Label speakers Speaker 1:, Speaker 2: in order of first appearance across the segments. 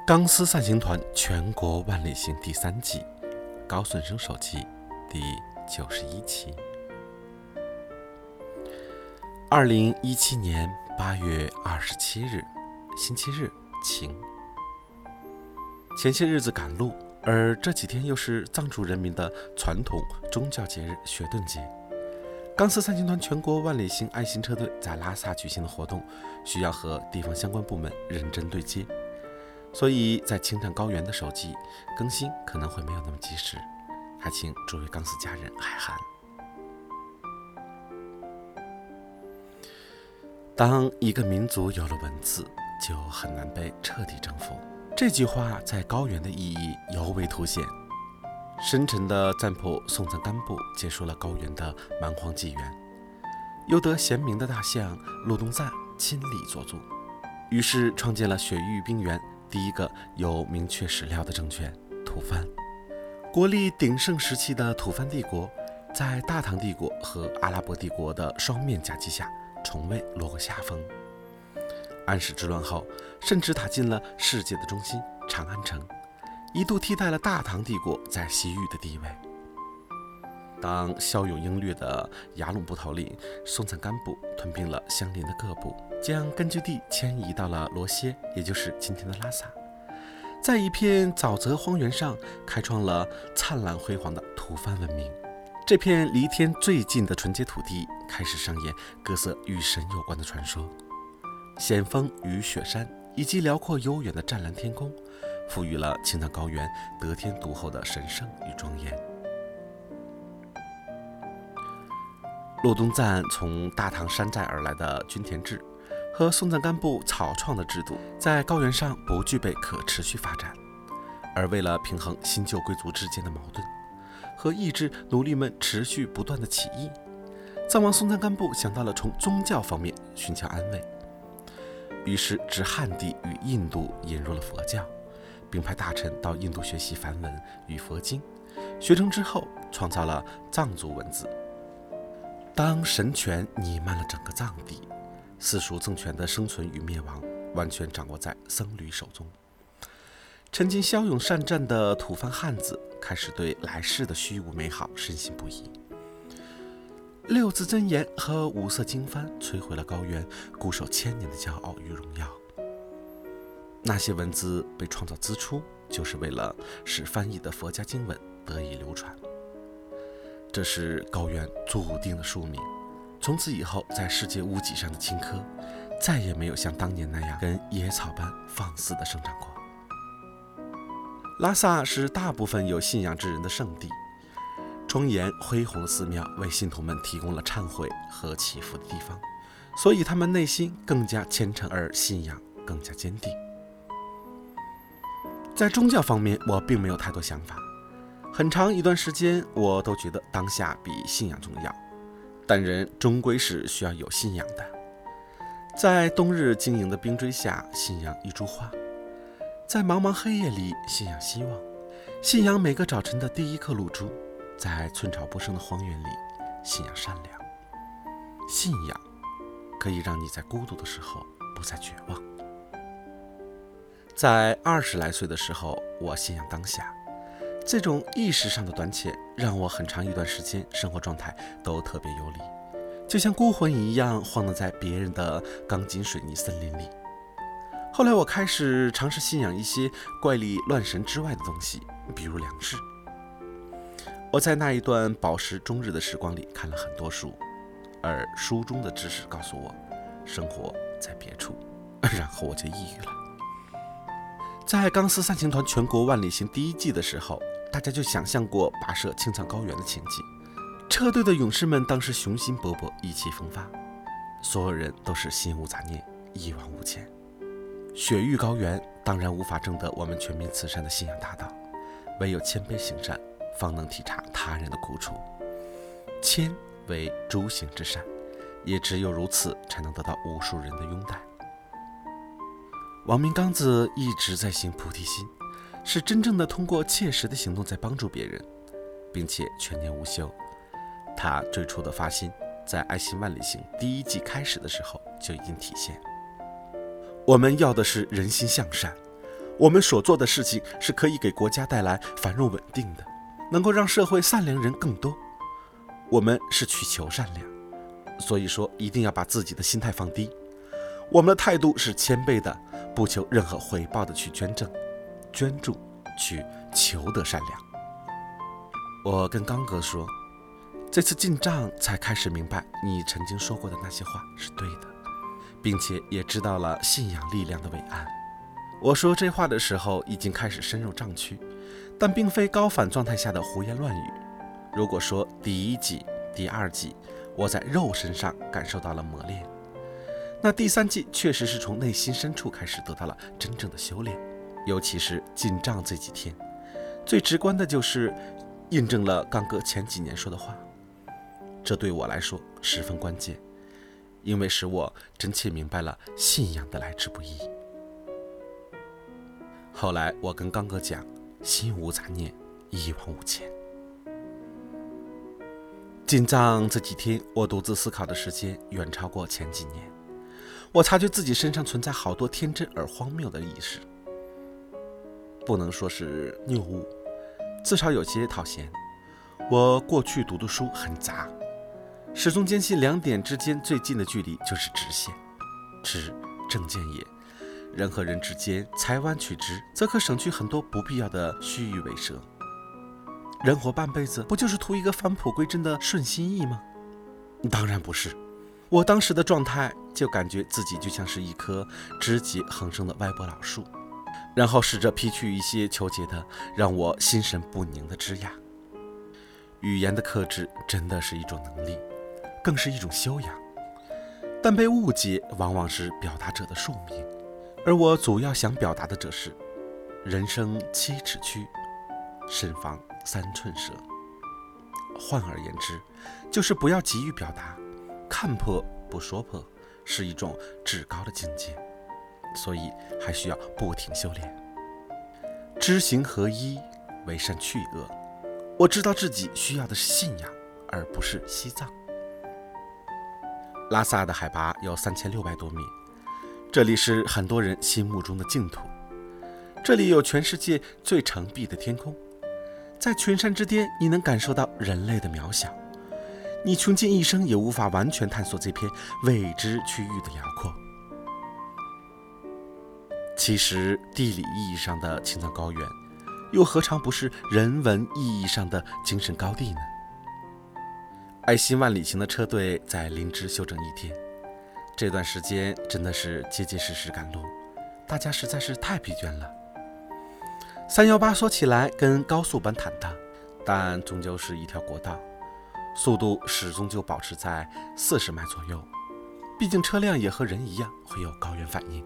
Speaker 1: 钢丝散行团全国万里行第3季，高顺生手记第91期。2017年8月27日，星期日，晴。前些日子赶路，而这几天又是藏族人民的传统宗教节日雪顿节。钢丝散行团全国万里行爱心车队在拉萨举行的活动，需要和地方相关部门认真对接，所以在青藏高原的手机更新可能会没有那么及时，还请诸位钢丝家人海涵。当一个民族有了文字，就很难被彻底征服。这句话在高原的意义尤为凸显。深沉的赞普松赞干布结束了高原的蛮荒纪元，优得贤明的大将禄东赞亲力做主，于是创建了雪域冰原第一个有明确史料的政权吐蕃。国力鼎盛时期的吐蕃帝国，在大唐帝国和阿拉伯帝国的双面夹击下，从未落过下风。安史之乱后，甚至打进了世界的中心长安城，一度替代了大唐帝国在西域的地位。当骁勇英略的雅鲁部头领松赞干布吞并了相邻的各部，将根据地迁移到了罗歇，也就是今天的拉萨，在一片沼泽荒原上开创了灿烂辉煌的吐蕃文明。这片离天最近的纯洁土地开始上演各色与神有关的传说。险峰与雪山以及辽阔悠远的湛蓝天空，赋予了青藏高原得天独厚的神圣与庄严。禄东赞从大唐山寨而来的均田制和松赞干布草创的制度，在高原上不具备可持续发展，而为了平衡新旧贵族之间的矛盾和抑制奴隶们持续不断的起义，藏王松赞干布想到了从宗教方面寻求安慰，于是至汉地与印度引入了佛教，并派大臣到印度学习梵文与佛经，学成之后创造了藏族文字。当神权弥漫了整个藏地，私塾政权的生存与灭亡完全掌握在僧侣手中。曾经骁勇善战的吐蕃汉子开始对来世的虚无美好深信不疑。六字真言和五色经幡摧毁了高原固守1000年的骄傲与荣耀。那些文字被创造之初，就是为了使翻译的佛家经文得以流传。这是高原注定的宿命。从此以后，在世界屋脊上的青稞再也没有像当年那样跟野草般放肆地生长过。拉萨是大部分有信仰之人的圣地，庄严恢宏的寺庙为信徒们提供了忏悔和祈福的地方，所以他们内心更加虔诚，而信仰更加坚定。在宗教方面，我并没有太多想法，很长一段时间我都觉得当下比信仰重要，但人终归是需要有信仰的。在冬日晶莹的冰锥下，信仰一株花；在茫茫黑夜里，信仰希望；信仰每个早晨的第一颗露珠；在寸草不生的荒原里，信仰善良。信仰可以让你在孤独的时候不再绝望。在20来岁的时候，我信仰当下。这种意识上的短浅，让我很长一段时间生活状态都特别游离，就像孤魂一样晃荡在别人的钢筋水泥森林里。后来我开始尝试信仰一些怪力乱神之外的东西，比如良知。我在那一段饱食终日的时光里看了很多书，而书中的知识告诉我，生活在别处，然后我就抑郁了。在钢丝散行团全国万里行第1季的时候，大家就想象过跋涉青藏高原的情景。车队的勇士们当时雄心勃勃，意气风发，所有人都是心无杂念，一往无前。雪域高原当然无法证得我们全民慈善的信仰大道，唯有谦卑行善，方能体察他人的苦楚。谦为诸行之善，也只有如此才能得到无数人的拥戴。王明刚子一直在行菩提心，是真正的通过切实的行动在帮助别人，并且全年无休。他最初的发心，在爱心万里行第1季开始的时候就已经体现。我们要的是人心向善， 我们所做的事情是可以给国家带来繁荣稳定的，能够让社会善良人更多。我们是去求善良，所以说一定要把自己的心态放低。我们的态度是谦卑的，不求任何回报的去捐赠、捐助，去求得善良。我跟刚哥说，这次进藏才开始明白你曾经说过的那些话是对的，并且也知道了信仰力量的伟岸。我说这话的时候已经开始深入藏区，但并非高反状态下的胡言乱语。如果说第1季、第2季我在肉身上感受到了磨练，那第3季确实是从内心深处开始得到了真正的修炼。尤其是进藏这几天，最直观的就是印证了刚哥前几年说的话，这对我来说十分关键，因为使我真切明白了信仰的来之不易。后来我跟刚哥讲，心无杂念，一往无前。进藏这几天，我独自思考的时间远超过前几年。我察觉自己身上存在好多天真而荒谬的意识，不能说是谬误，至少有些讨嫌。我过去读的书很杂，始终坚信2点之间最近的距离就是直线，直正见也。人和人之间裁弯取直，则可省去很多不必要的虚与委蛇。人活半辈子，不就是图一个返璞归真的顺心意吗？当然不是。我当时的状态就感觉自己就像是一棵枝节横生的歪脖老树，然后试着劈去一些纠结的让我心神不宁的枝桠。语言的克制真的是一种能力，更是一种修养，但被误解往往是表达者的宿命。而我主要想表达的则是，人生7尺躯，慎防3寸舌。换而言之，就是不要急于表达，看破不说破是一种至高的境界，所以还需要不停修炼。知行合一，为善去恶。我知道自己需要的是信仰，而不是西藏。拉萨的海拔有3600多米，这里是很多人心目中的净土。这里有全世界最澄碧的天空，在群山之巅，你能感受到人类的渺小。你穷尽一生也无法完全探索这片未知区域的辽阔。其实，地理意义上的青藏高原，又何尝不是人文意义上的精神高地呢？爱心万里行的车队在林芝休整1天，这段时间真的是结结实实赶路，大家实在是太疲倦了。318说起来跟高速般坦荡，但终究是一条国道，速度始终就保持在40迈左右，毕竟车辆也和人一样会有高原反应。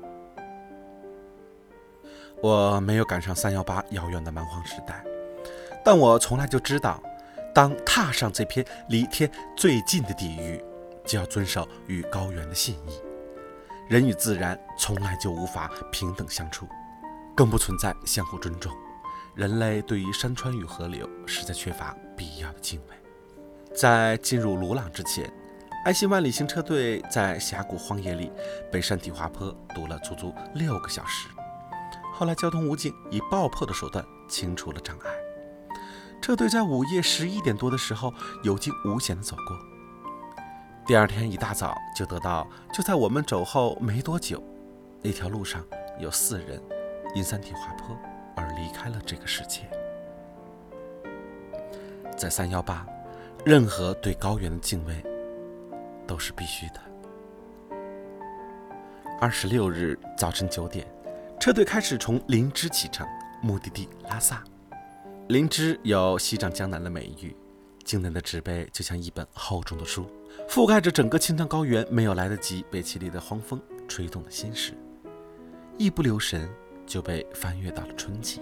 Speaker 1: 我没有赶上318遥远的蛮荒时代，但我从来就知道，当踏上这片离天最近的地域，就要遵守与高原的信义。人与自然从来就无法平等相处，更不存在相互尊重。人类对于山川与河流实在缺乏必要的敬畏。在进入鲁朗之前，爱心万里行车队在峡谷荒野里北山体滑坡堵了足足6个小时。后来交通武警以爆破的手段清除了障碍，车队在午夜11点多的时候有惊无险地走过。第2天一大早就得到，就在我们走后没多久，那条路上有4人因山体滑坡而离开了这个世界。在318，任何对高原的敬畏都是必须的。26日早晨9点，车队开始从林芝启程，目的地拉萨。林芝有西藏江南的美誉，惊人的植被就像一本厚重的书，覆盖着整个青藏高原没有来得及被绮丽的荒风吹动的心事，一不留神就被翻越到了春季。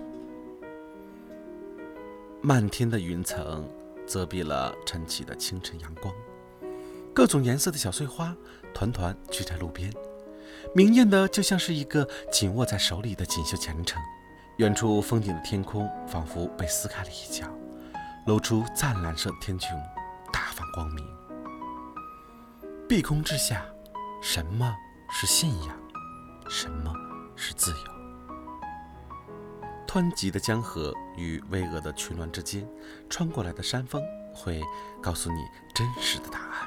Speaker 1: 漫天的云层遮蔽了晨起的清晨阳光，各种颜色的小碎花团团聚在路边，明艳的就像是一个紧握在手里的锦绣前程。远处峰顶的天空仿佛被撕开了一角，露出湛蓝色的天穹，大放光明。碧空之下，什么是信仰？什么是自由？ 湍急的江河与巍峨的群峦之间穿过来的山峰会告诉你真实的答案。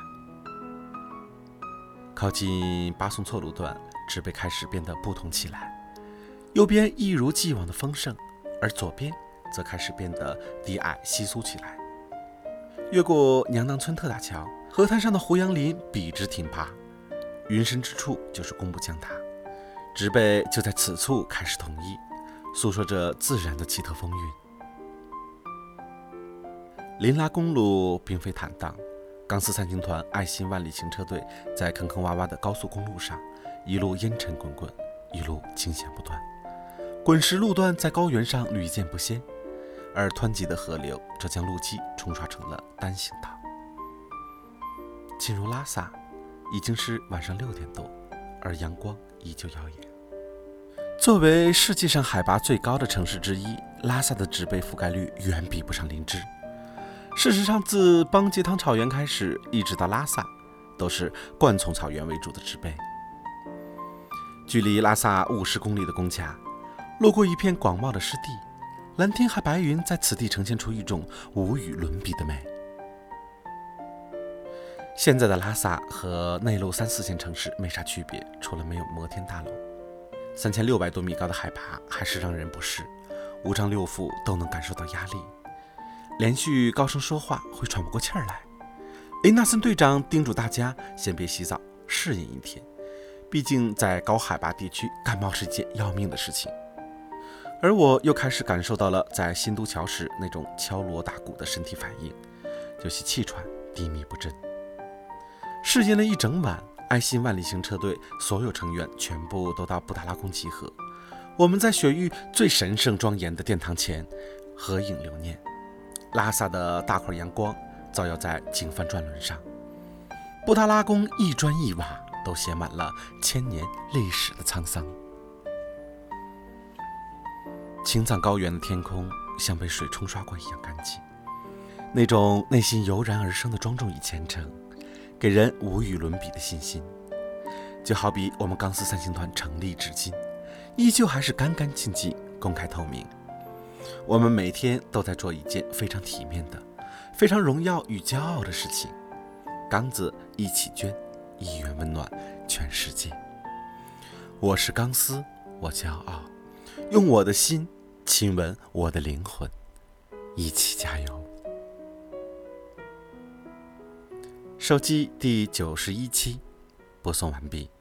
Speaker 1: 靠近巴松措路段，植被开始变得不同起来，右边一如既往的丰盛，而左边则开始变得低矮稀疏起来。越过娘当村特大桥，河滩上的胡杨林笔直挺拔，云深之处就是公布江塔，植被就在此处开始统一，诉说着自然的奇特风韵。林拉公路并非坦荡，钢丝三星团爱心万里行车队在坑坑洼洼的高速公路上，一路烟尘滚滚，一路惊险不断。滚石路段在高原上屡见不鲜，而湍急的河流则将路基冲刷成了单行道。进入拉萨已经是晚上6点多，而阳光依旧耀眼。作为世界上海拔最高的城市之一，拉萨的植被覆盖率远比不上林芝。事实上，自邦杰汤草原开始，一直到拉萨，都是灌丛草原为主的植被。距离拉萨50公里的工卡，路过一片广袤的湿地，蓝天和白云在此地呈现出一种无与伦比的美。现在的拉萨和内陆3、4线城市没啥区别，除了没有摩天大楼。3600多米高的海拔还是让人不适，五脏六腑都能感受到压力。连续高声说话会喘不过气儿来。林纳森队长叮嘱大家先别洗澡，适应一天，毕竟在高海拔地区感冒是一件要命的事情。而我又开始感受到了在新都桥时那种敲锣打鼓的身体反应，就是气喘低迷不振。试验了一整晚，爱心万里行车队所有成员全部都到布达拉宫集合。我们在雪域最神圣庄严的殿堂前合影留念。拉萨的大块阳光照耀在经幡转轮上，布达拉宫一砖一瓦都写满了1000年历史的沧桑。青藏高原的天空像被水冲刷过一样干净，那种内心油然而生的庄重与虔诚，给人无与伦比的信心。就好比我们钢丝三星团成立至今，依旧还是干干净净、公开透明。我们每天都在做一件非常体面的、非常荣耀与骄傲的事情。缸子一起捐，一元温暖全世界。我是钢丝，我骄傲，用我的心亲吻我的灵魂，一起加油。手机第91期播送完毕。